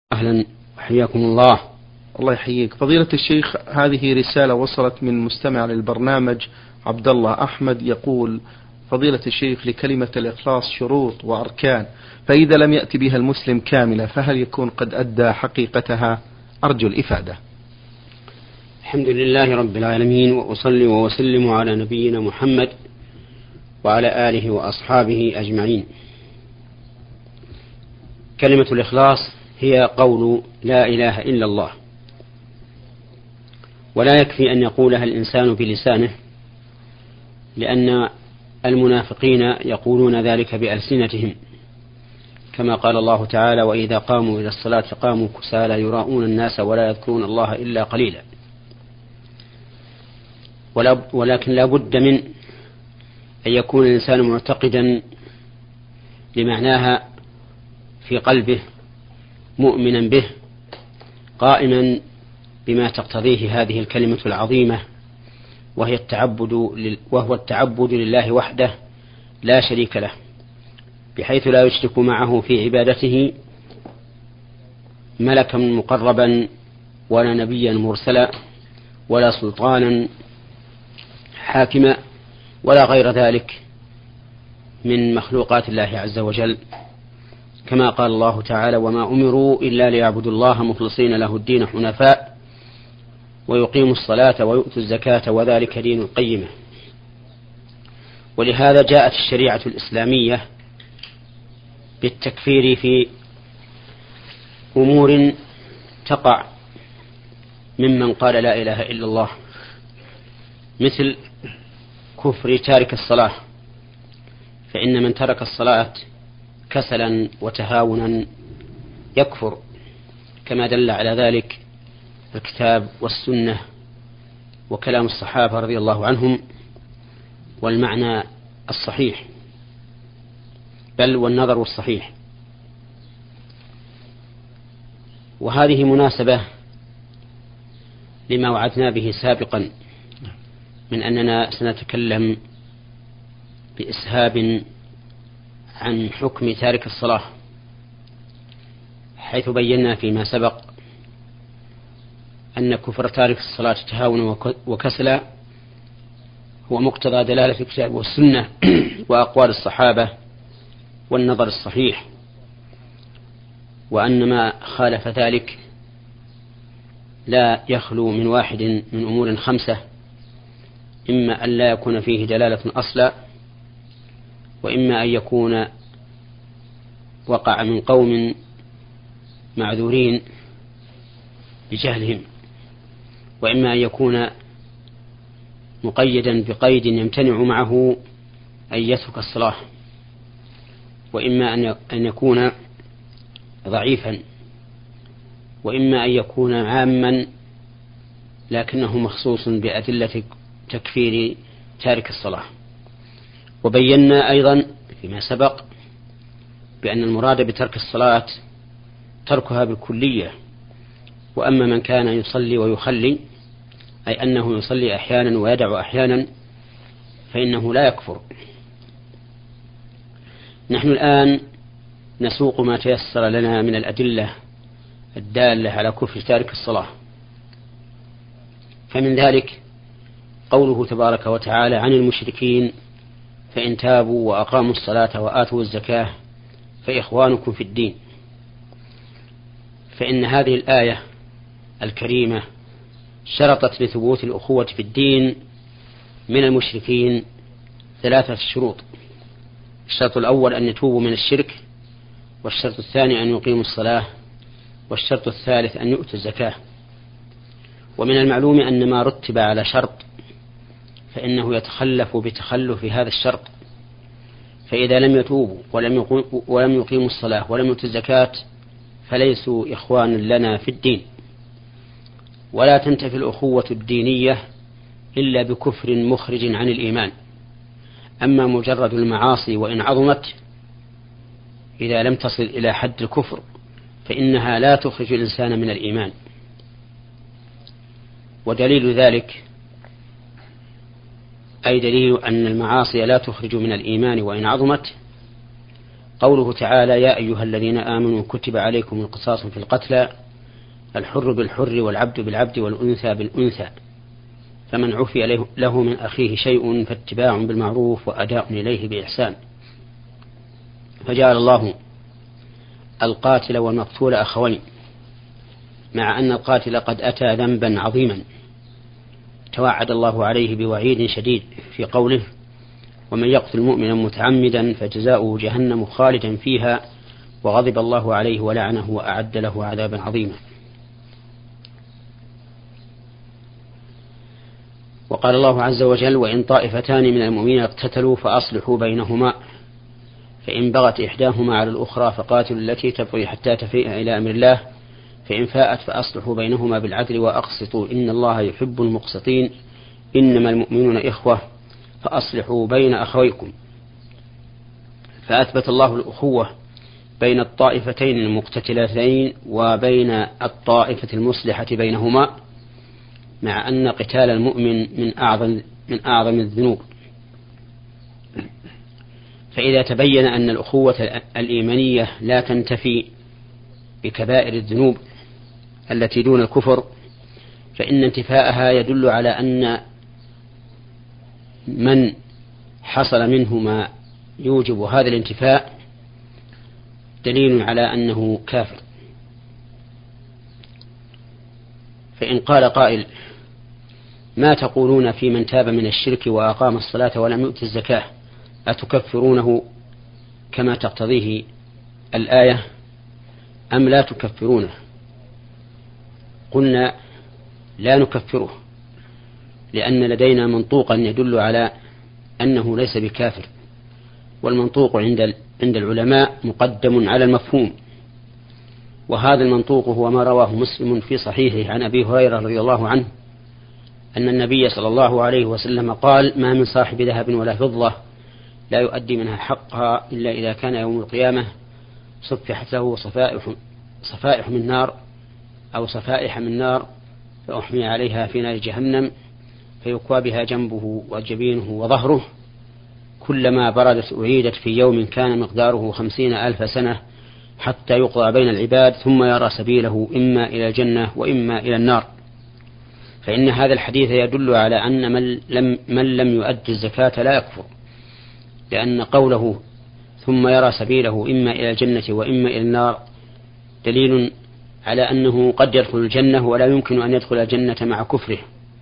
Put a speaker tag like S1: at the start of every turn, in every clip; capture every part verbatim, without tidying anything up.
S1: أهلا وحياكم الله.
S2: الله يحييك فضيلة الشيخ. هذه رسالة وصلت من مستمع للبرنامج عبد الله أحمد، يقول: فضيلة الشيخ، لكلمة الإخلاص شروط وأركان، فإذا لم يأتي بها المسلم كاملة فهل يكون قد أدى حقيقتها؟ أرجو الإفادة.
S1: الحمد لله رب العالمين، وأصلي وأسلم على نبينا محمد وعلى آله وأصحابه أجمعين. كلمة الإخلاص هي قول لا إله إلا الله، ولا يكفي أن يقولها الإنسان بلسانه، لأن المنافقين يقولون ذلك بألسنتهم، كما قال الله تعالى: وإذا قاموا إلى الصلاة قاموا كسالى يراءون الناس ولا يذكرون الله إلا قليلا. ولكن لا بد من أن يكون الإنسان معتقدا لمعناها في قلبه، مؤمنا به، قائما بما تقتضيه هذه الكلمة العظيمة، وهي التعبد وهو التعبد لله وحده لا شريك له، بحيث لا يشرك معه في عبادته ملكا مقربا ولا نبيا مرسلا ولا سلطانا حاكما ولا غير ذلك من مخلوقات الله عز وجل، كما قال الله تعالى: وما أمروا إلا ليعبدوا الله مخلصين له الدين حنفاء ويقيموا الصلاة ويؤتوا الزكاة وذلك دين القيمة. ولهذا جاءت الشريعة الإسلامية بالتكفير في أمور تقع ممن قال لا إله إلا الله، مثل كفر تارك الصلاة، فإن من ترك الصلاة كسلا وتهاونا يكفر، كما دل على ذلك الكتاب والسنة وكلام الصحابة رضي الله عنهم، والمعنى الصحيح بل والنظر الصحيح. وهذه مناسبة لما وعدنا به سابقا من أننا سنتكلم بإسهاب عن حكم تارك الصلاة، حيث بينا فيما سبق أن كفر تارك الصلاة تهاونا وكسلا هو مقتضى دلالة الكتاب والسنة وأقوال الصحابة والنظر الصحيح، وأن ما خالف ذلك لا يخلو من واحد من أمور خمسة: إما أن لا يكون فيه دلالة أصلا، وإما أن يكون وقع من قوم معذورين بجهلهم، وإما أن يكون مقيدا بقيد يمتنع معه أن يترك الصلاة، وإما أن يكون ضعيفا، وإما أن يكون عاما لكنه مخصوص بأدلة تكفير تارك الصلاة. وبينا أيضا فيما سبق بأن المراد بترك الصلاة تركها بالكلية، وأما من كان يصلي ويخلي، أي أنه يصلي أحيانا ويدع أحيانا، فإنه لا يكفر. نحن الآن نسوق ما تيسر لنا من الأدلة الدالة على كفر تارك الصلاة. فمن ذلك قوله تبارك وتعالى عن المشركين: فإن تابوا وأقاموا الصلاة وآتوا الزكاة فإخوانكم في الدين. فإن هذه الآية الكريمة شرطت لثبوت الأخوة في الدين من المشركين ثلاثة شروط: الشرط الأول أن يتوبوا من الشرك، والشرط الثاني أن يقيموا الصلاة، والشرط الثالث أن يؤتوا الزكاة. ومن المعلوم أن ما رتب على شرط فإنه يتخلف بتخلف هذا الشرط، فإذا لم يتوبوا ولم يقيموا الصلاة ولم يؤتوا الزكاة فليسوا إخوان لنا في الدين. ولا تنتفي الأخوة الدينية إلا بكفر مخرج عن الإيمان. أما مجرد المعاصي وإن عظمت إذا لم تصل إلى حد الكفر فإنها لا تخرج الإنسان من الإيمان. ودليل ذلك أي دليل أن المعاصي لا تخرج من الإيمان وإن عظمت قوله تعالى: يا أيها الذين آمنوا كتب عليكم القصاص في القتلى، الحر بالحر والعبد بالعبد والأنثى بالأنثى، فمن عفي له من أخيه شيء فاتباع بالمعروف وأداء إليه بإحسان. فجعل الله القاتل والمقتول أخوين، مع أن القاتل قد أتى ذنبا عظيما توعد الله عليه بوعيد شديد في قوله: ومن يقتل مؤمنا متعمدا فجزاؤه جهنم خالدا فيها وغضب الله عليه ولعنه وأعد له عذابا عظيما. وقال الله عز وجل: وإن طائفتان من المؤمنين اقتتلوا فأصلحوا بينهما فإن بغت إحداهما على الأخرى فقاتلوا التي تبغي حتى تفيء إلى أمر الله فإن فاءت فأصلحوا بينهما بالعدل وأقسطوا إن الله يحب المقسطين إنما المؤمنون إخوة فأصلحوا بين أخويكم. فأثبت الله الأخوة بين الطائفتين المقتتلتين وبين الطائفة المصلحة بينهما، مع أن قتال المؤمن من أعظم من أعظم الذنوب. فإذا تبين أن الأخوة الإيمانية لا تنتفي بكبائر الذنوب التي دون الكفر، فإن انتفاءها يدل على أن من حصل منه ما يوجب هذا الانتفاء دليل على أنه كافر. فإن قال قائل: ما تقولون في من تاب من الشرك وأقام الصلاة ولم يؤت الزكاة، أتكفرونه كما تقتضيه الآية أم لا تكفرونه؟ قلنا: لا نكفره، لأن لدينا منطوقا يدل على أنه ليس بكافر، والمنطوق عند عند العلماء مقدم على المفهوم. وهذا المنطوق هو ما رواه مسلم في صحيحه عن أبي هريرة رضي الله عنه أن النبي صلى الله عليه وسلم قال: ما من صاحب ذهب ولا فضة لا يؤدي منها حقها إلا إذا كان يوم القيامة صفحت له صفائح, صفائح من نار أو صفائح من نار فأحمي عليها في نار جهنم فيكوى بها جنبه وجبينه وظهره، كلما بردت أعيدت في يوم كان مقداره خمسين ألف سنة حتى يقضى بين العباد ثم يرى سبيله إما إلى الجنة وإما إلى النار. فإن هذا الحديث يدل على أن من لم, من لم يؤدي الزكاة لا يكفر، لأن قوله ثم يرى سبيله إما إلى الجنة وإما إلى النار دليل على أنه قد يدخل الجنة ولا يمكن أن يدخل الجنة مع كفره.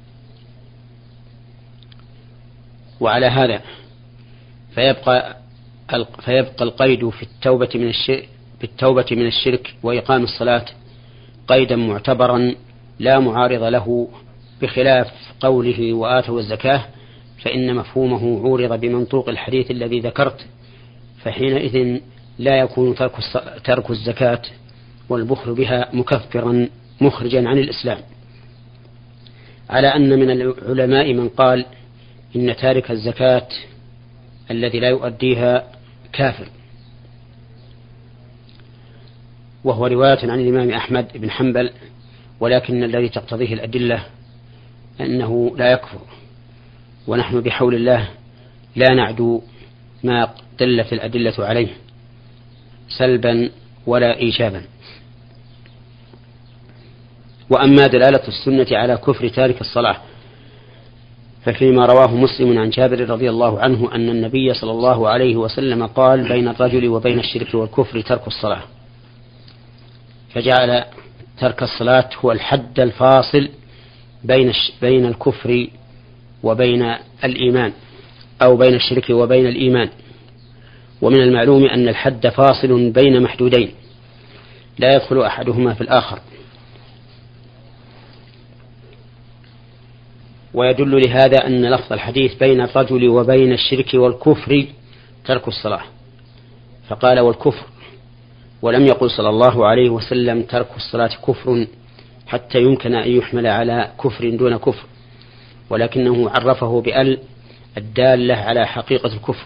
S1: وعلى هذا فيبقى فيبقى القيد في التوبة من الشرك بالتوبة من الشرك وإقام الصلاة قيدا معتبرا لا معارض له، بخلاف قوله وآتوا الزكاة فإن مفهومه عورض بمنطوق الحديث الذي ذكرت، فحينئذ لا يكون ترك ترك الزكاة والبخل بها مكفرا مخرجا عن الإسلام. على أن من العلماء من قال إن تارك الزكاة الذي لا يؤديها كافر، وهو رواية عن الإمام أحمد بن حنبل، ولكن الذي تقتضيه الأدلة أنه لا يكفر، ونحن بحول الله لا نعدو ما دلت الأدلة عليه سلبا ولا إيجابا. وأما دلالة السنة على كفر تارك الصلاة ففيما رواه مسلم عن جابر رضي الله عنه أن النبي صلى الله عليه وسلم قال: بين الرجل وبين الشرك والكفر ترك الصلاة، فجعل ترك الصلاة هو الحد الفاصل بين بين الكفر وبين الإيمان، أو بين الشرك وبين الإيمان. ومن المعلوم أن الحد فاصل بين محدودين لا يدخل أحدهما في الآخر. ويدل لهذا أن لفظ الحديث بين الرجل وبين الشرك والكفر ترك الصلاة، فقال والكفر، ولم يقل صلى الله عليه وسلم ترك الصلاة كفر حتى يمكن أن يحمل على كفر دون كفر، ولكنه عرفه بأل الدالة على حقيقة الكفر.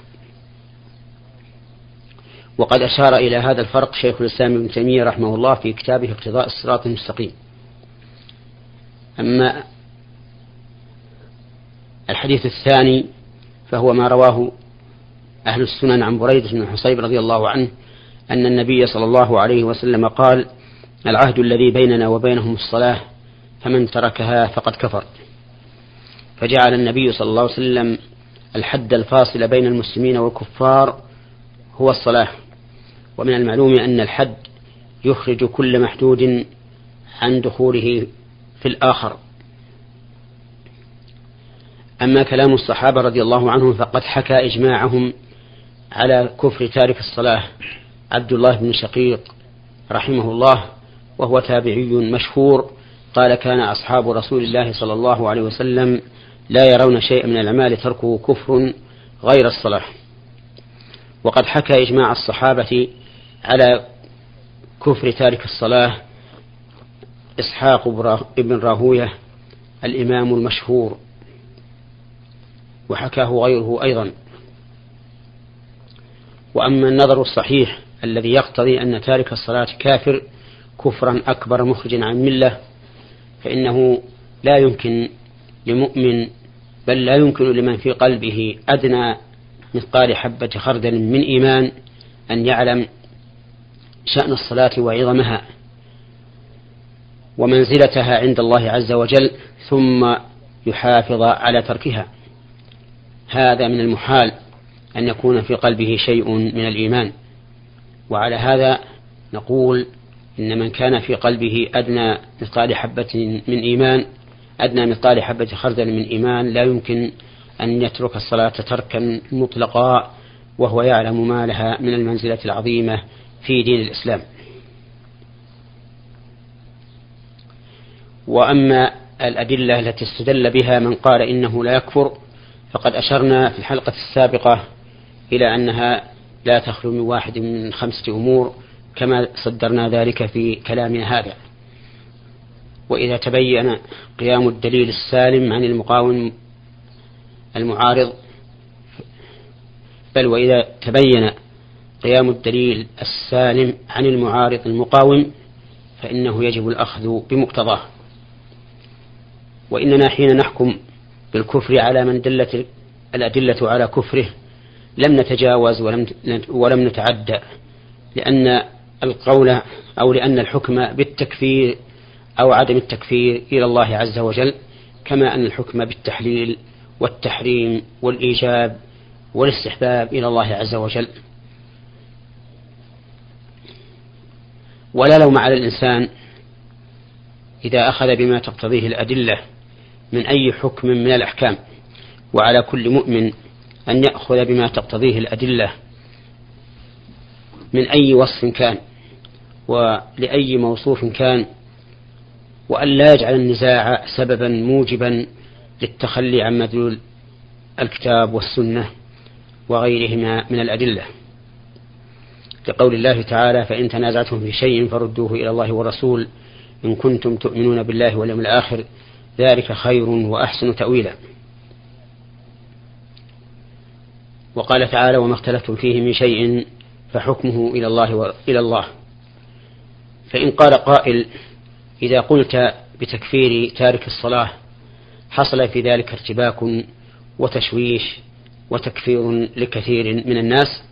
S1: وقد أشار إلى هذا الفرق شيخ الإسلام ابن تيمية رحمه الله في كتابه اقتضاء الصراط المستقيم. أما الحديث الثاني فهو ما رواه أهل السنن عن بريدة بن الحصيب رضي الله عنه أن النبي صلى الله عليه وسلم قال: العهد الذي بيننا وبينهم الصلاة، فمن تركها فقد كفر. فجعل النبي صلى الله عليه وسلم الحد الفاصل بين المسلمين والكفار هو الصلاة. ومن المعلوم أن الحد يخرج كل محدود عن دخوله في الآخر. أما كلام الصحابة رضي الله عنهم فقد حكى إجماعهم على كفر تارك الصلاة عبد الله بن شقيق رحمه الله، وهو تابعي مشهور، قال: كان أصحاب رسول الله صلى الله عليه وسلم لا يرون شيئا من الأعمال تركه كفر غير الصلاة. وقد حكى إجماع الصحابة على كفر تارك الصلاة إسحاق بن راهوية الإمام المشهور، وحكاه غيره أيضا. وأما النظر الصحيح الذي يقتضي أن تارك الصلاة كافر كفرا أكبر مخرجا عن الملة، فإنه لا يمكن لمؤمن، بل لا يمكن لمن في قلبه أدنى مثقال حبة خردل من إيمان أن يعلم شأن الصلاة وعظمها ومنزلتها عند الله عز وجل ثم يحافظ على تركها. هذا من المحال أن يكون في قلبه شيء من الإيمان. وعلى هذا نقول إن من كان في قلبه أدنى مثقال حبة من إيمان أدنى مثقال حبة خردل من إيمان لا يمكن أن يترك الصلاة تركا مطلقا وهو يعلم ما لها من المنزلة العظيمة في دين الإسلام. وأما الأدلة التي استدل بها من قال إنه لا يكفر فقد أشرنا في الحلقة السابقة إلى أنها لا تخلو من واحد من خمسة أمور كما صدرنا ذلك في كلامنا هذا. وإذا تبين قيام الدليل السالم عن المقاوم المعارض بل وإذا تبين قيام الدليل السالم عن المعارض المقاوم فإنه يجب الأخذ بمقتضاه. وإننا حين نحكم بالكفر على من دلت الأدلة على كفره لم نتجاوز ولم ولم نتعدى، لأن القول أو لأن الحكم بالتكفير أو عدم التكفير إلى الله عز وجل، كما أن الحكم بالتحليل والتحريم والإيجاب والاستحباب إلى الله عز وجل. ولا لوم على الإنسان إذا أخذ بما تقتضيه الأدلة من أي حكم من الأحكام، وعلى كل مؤمن أن يأخذ بما تقتضيه الأدلة من أي وصف كان ولأي موصوف كان، وأن لا يجعل النزاع سببا موجبا للتخلي عن مدلول الكتاب والسنة وغيرهما من الأدلة، لقول الله تعالى: فإن تنازعتم في شيء فردوه إلى الله والرسول إن كنتم تؤمنون بالله واليوم الآخر ذلك خير وأحسن تأويلا. وقال تعالى: وما اختلفتم فيه من شيء فحكمه إلى الله وإلى الله. فإن قال قائل: إذا قلت بتكفير تارك الصلاة حصل في ذلك ارتباك وتشويش وتكفير لكثير من الناس،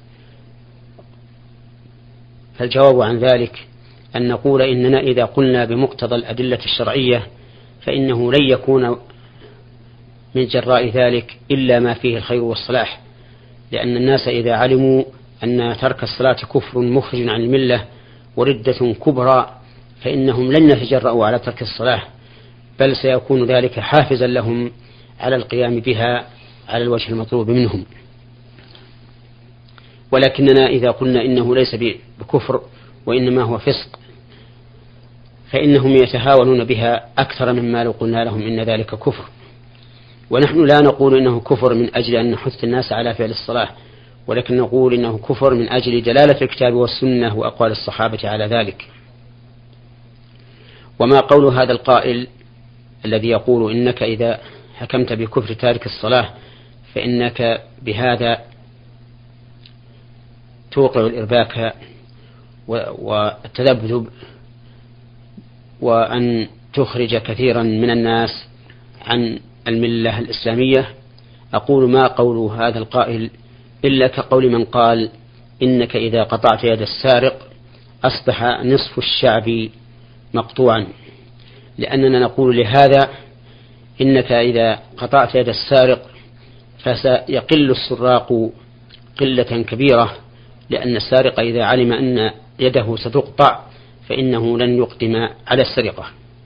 S1: فالجواب عن ذلك أن نقول إننا إذا قلنا بمقتضى الأدلة الشرعية فإنه لن يكون من جراء ذلك إلا ما فيه الخير والصلاح، لأن الناس إذا علموا أن ترك الصلاة كفر مخرج عن الملة وردة كبرى فإنهم لن يتجرؤوا على ترك الصلاة، بل سيكون ذلك حافزا لهم على القيام بها على الوجه المطلوب منهم. ولكننا إذا قلنا إنه ليس بكفر وإنما هو فسق فإنهم يتهاونون بها أكثر مما لو قلنا لهم إن ذلك كفر. ونحن لا نقول إنه كفر من أجل أن نحث الناس على فعل الصلاة، ولكن نقول إنه كفر من أجل دلالة الكتاب والسنة وأقوال الصحابة على ذلك. وما قول هذا القائل الذي يقول إنك إذا حكمت بكفر تارك الصلاة فإنك بهذا توقع الإرباك والتذبذب وأن تخرج كثيرا من الناس عن الملة الإسلامية، أقول ما قول هذا القائل إلا كقول من قال إنك إذا قطعت يد السارق أصبح نصف الشعب مقطوعا، لأننا نقول لهذا إنك إذا قطعت يد السارق فسيقل السراق قلة كبيرة، لأن السارق إذا علم أن يده ستقطع فإنه لن يقدم على السرقة.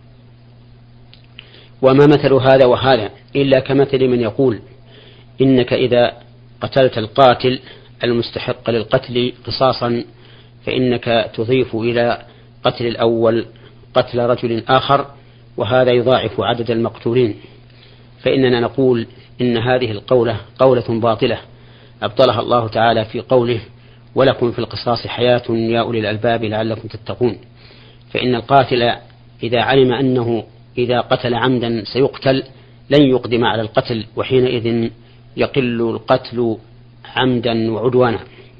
S1: وما مثل هذا وهذا إلا كمثل من يقول إنك إذا قتلت القاتل المستحق للقتل قصاصا فإنك تضيف إلى قتل الأول قتل رجل آخر، وهذا يضاعف عدد المقتولين. فإننا نقول إن هذه القولة قولة باطلة أبطلها الله تعالى في قوله ولكم في القصاص حياة يا أولي الألباب لعلكم تتقون. فإن القاتل إذا علم أنه إذا قتل عمدا سيقتل لن يقدم على القتل، وحينئذ يقل القتل عمدا وعدوانا.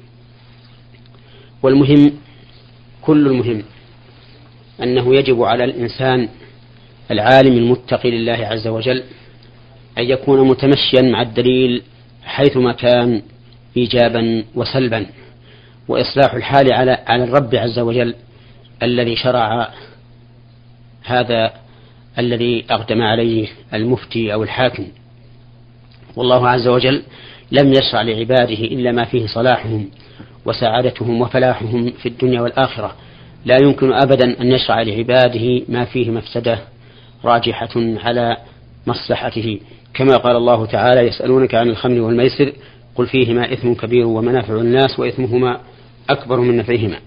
S1: والمهم كل المهم أنه يجب على الإنسان العالم المتقي لله عز وجل أن يكون متمشيا مع الدليل حيثما كان إيجابا وسلبا، وإصلاح الحال على على الرب عز وجل الذي شرع هذا الذي أقدم عليه المفتي أو الحاكم. والله عز وجل لم يشرع لعباده إلا ما فيه صلاحهم وسعادتهم وفلاحهم في الدنيا والآخرة، لا يمكن أبدا أن يشرع لعباده ما فيه مفسدة راجحة على مصلحته، كما قال الله تعالى يسألونك عن الخمر والميسر قل فيهما إثم كبير ومنافع للناس وإثمهما أكبر من نفعهما.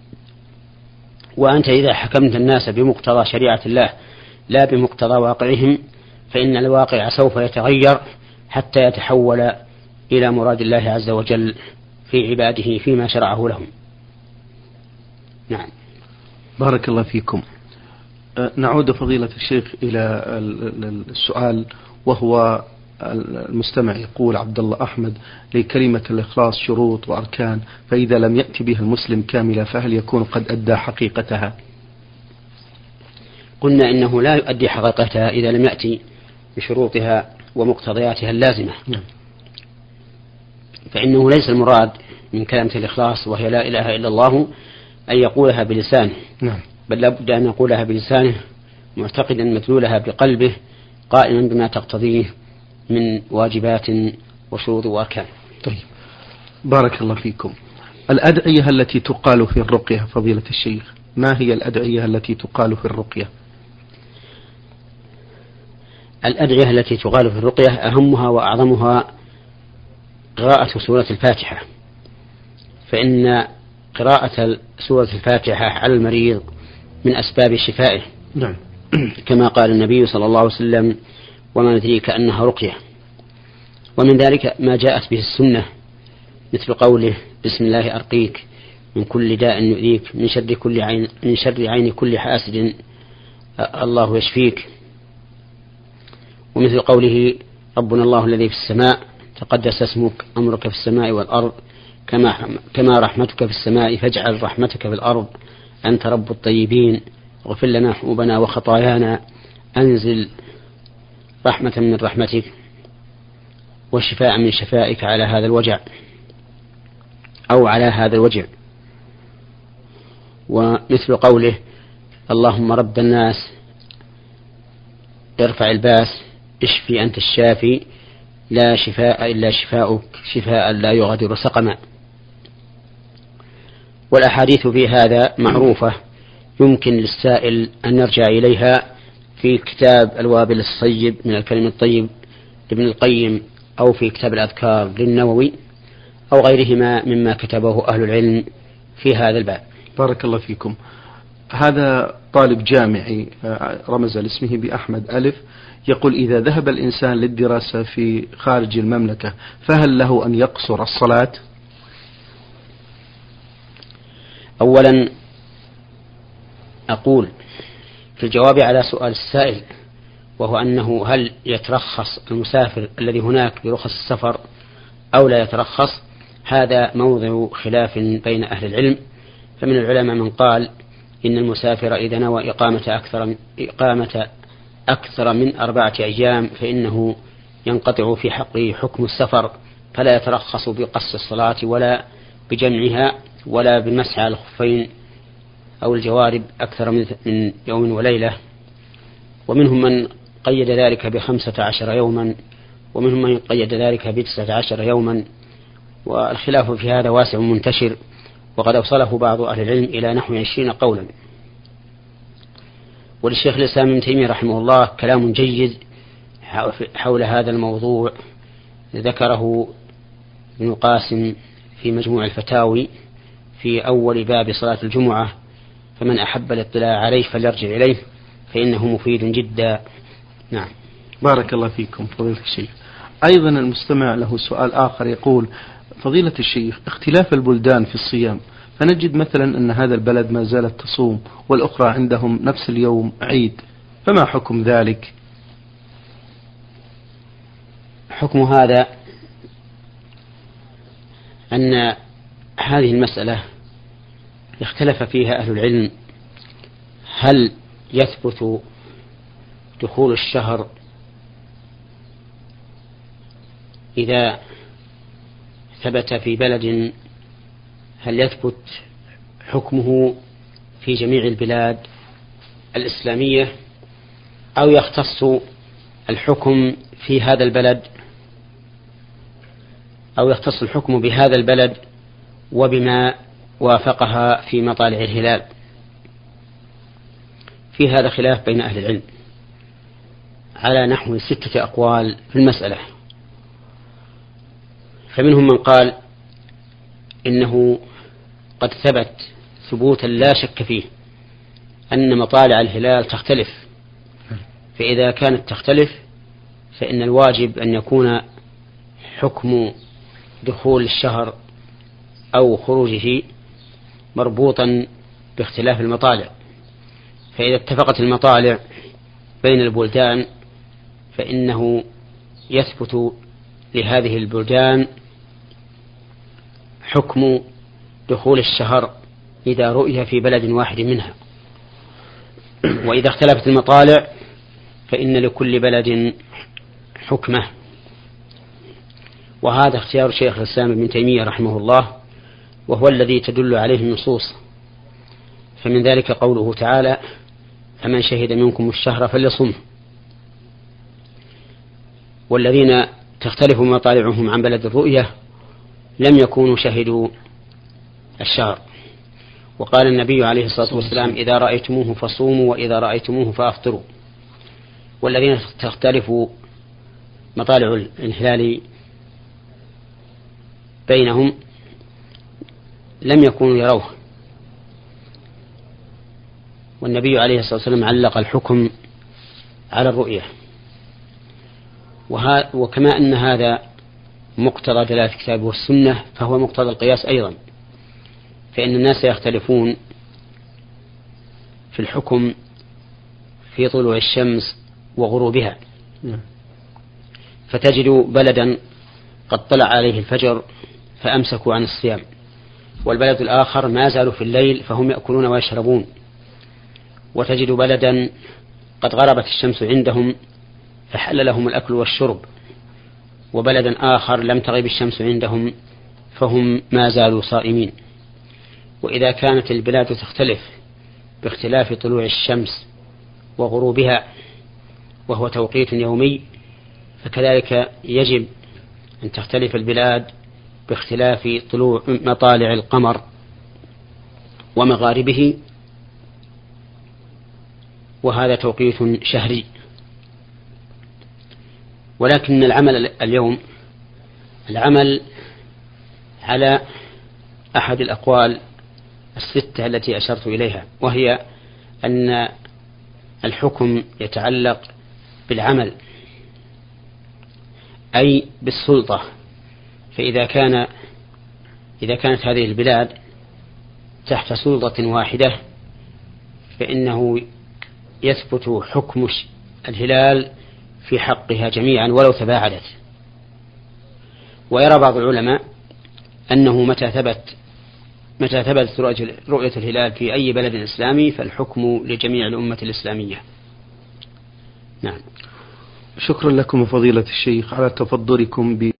S1: وأنت إذا حكمت الناس بمقتضى شريعة الله لا بمقتضى واقعهم فإن الواقع سوف يتغير حتى يتحول إلى مراد الله عز وجل في عباده فيما شرعه لهم. نعم.
S2: بارك الله فيكم. نعود فضيلة الشيخ إلى السؤال، وهو المستمع يقول عبد الله أحمد لكلمة الإخلاص شروط وأركان، فإذا لم يأتي بها المسلم كاملة فهل يكون قد أدى حقيقتها؟
S1: قلنا إنه لا يؤدي حقيقتها إذا لم يأتي بشروطها ومقتضياتها اللازمة. نعم. فإنه ليس المراد من كلمة الإخلاص وهي لا إله إلا الله أن يقولها بلسانه. نعم. بل لابد أن يقولها بلسانه معتقدا مدلولها بقلبه قائما بما تقتضيه من واجبات وشروط وأركان.
S2: طيب بارك الله فيكم. الأدعية التي تقال في الرقية فضيلة الشيخ، ما هي الأدعية التي تقال في الرقية؟
S1: الأدعية التي تقال في الرقية أهمها وأعظمها قراءة سورة الفاتحة، فإن قراءة سورة الفاتحة على المريض من أسباب شفائه. نعم. كما قال النبي صلى الله عليه وسلم وما ندريك أنها رقية. ومن ذلك ما جاءت به السنة مثل قوله بسم الله أرقيك من كل داء يؤذيك من شر كل عين من شر عين كل حاسد الله يشفيك، ومثل قوله ربنا الله الذي في السماء تقدس اسمك أمرك في السماء والأرض كما كما رحمتك في السماء فاجعل رحمتك في الأرض أنت رب الطيبين اغفر لنا حوبنا وخطايانا أنزل رحمة من رحمتك وشفاء من شفائك على هذا الوجع أو على هذا الوجع. ومثل قوله اللهم رب الناس ارفع الباس اشفي أنت الشافي لا شفاء إلا شفاؤك شفاء لا يغادر سقما. والأحاديث في هذا معروفة يمكن للسائل أن يرجع إليها في كتاب الوابل الصيب من الكلم الطيب لابن القيم أو في كتاب الأذكار للنووي أو غيرهما مما كتبه أهل العلم في هذا الباب.
S2: بارك الله فيكم. هذا طالب جامعي رمز لاسمه بأحمد ألف يقول إذا ذهب الإنسان للدراسة في خارج المملكة فهل له أن يقصر الصلاة؟
S1: أولا أقول في الجواب على سؤال السائل وهو أنه هل يترخص المسافر الذي هناك برخص السفر أو لا يترخص، هذا موضع خلاف بين أهل العلم. فمن العلماء من قال إن المسافر إذا نوى إقامة أكثر من, إقامة أكثر من أربعة أيام فإنه ينقطع في حقه حكم السفر فلا يترخص بقص الصلاة ولا بجمعها ولا بالمسح على الخفين أو الجوارب أكثر من يوم وليلة. ومنهم من قيد ذلك بخمسة عشر يوما، ومنهم من قيد ذلك بتسعة عشر يوما، والخلاف في هذا واسع منتشر، وقد أوصله بعض أهل العلم إلى نحو عشرين قولا. وللشيخ الإسلام ابن تيمية رحمه الله كلام جيد حول هذا الموضوع ذكره ابن قاسم في مجموع الفتاوي في أول باب صلاة الجمعة، فمن أحب الاطلاع عليه فليرجع إليه فإنه مفيد جدا. نعم.
S2: بارك الله فيكم فضيلة الشيخ. أيضا المستمع له سؤال آخر يقول: فضيلة الشيخ، اختلاف البلدان في الصيام، فنجد مثلا أن هذا البلد ما زالت تصوم والأخرى عندهم نفس اليوم عيد، فما حكم ذلك؟
S1: حكم هذا أن هذه المسألة اختلف فيها أهل العلم، هل يثبت دخول الشهر إذا ثبت في بلد، هل يثبت حكمه في جميع البلاد الإسلامية، أو يختص الحكم في هذا البلد أو يختص الحكم بهذا البلد وبما وافقها في مطالع الهلال. في هذا خلاف بين أهل العلم على نحو ستة أقوال في المسألة. فمنهم من قال إنه قد ثبت ثبوتا لا شك فيه أن مطالع الهلال تختلف، فإذا كانت تختلف فإن الواجب أن يكون حكم دخول الشهر أو خروجه مربوطا باختلاف المطالع. فإذا اتفقت المطالع بين البلدان فإنه يثبت لهذه البلدان حكم دخول الشهر إذا رؤي في بلد واحد منها، وإذا اختلفت المطالع فإن لكل بلد حكمه. وهذا اختيار شيخ الإسلام ابن تيمية رحمه الله، وهو الذي تدل عليه النصوص. فمن ذلك قوله تعالى: فمن شهد منكم الشهر فليصمه. والذين تختلف مطالعهم عن بلد الرؤية لم يكونوا شهدوا الشهر. وقال النبي عليه الصلاة والسلام: إذا رأيتموه فصوموا وإذا رأيتموه فأفطروا. والذين تختلف مطالع الهلال بينهم لم يكونوا يروه، والنبي عليه الصلاة والسلام علق الحكم على الرؤية. وكما أن هذا مقتضى دلالة الكتاب والسنة فهو مقتضى القياس أيضا، فإن الناس يختلفون في الحكم في طلوع الشمس وغروبها، فتجد بلدا قد طلع عليه الفجر فأمسكوا عن الصيام، والبلد الآخر ما زالوا في الليل فهم يأكلون ويشربون. وتجد بلدا قد غربت الشمس عندهم فحل لهم الأكل والشرب، وبلدا آخر لم تغيب الشمس عندهم فهم ما زالوا صائمين. وإذا كانت البلاد تختلف باختلاف طلوع الشمس وغروبها وهو توقيت يومي، فكذلك يجب أن تختلف البلاد باختلاف طلوع مطالع القمر ومغاربه، وهذا توقيت شهري. ولكن العمل اليوم العمل على أحد الأقوال الستة التي أشرت إليها، وهي أن الحكم يتعلق بالعمل أي بالسلطة. فإذا كان إذا كانت هذه البلاد تحت سلطة واحدة فإنه يثبت حكم الهلال في حقها جميعا ولو تباعدت. ويرى بعض العلماء أنه متى ثبت متى ثبتت رؤية الهلال في أي بلد إسلامي فالحكم لجميع الأمة الإسلامية. نعم.
S2: شكرا لكم فضيلة الشيخ على تفضلكم ب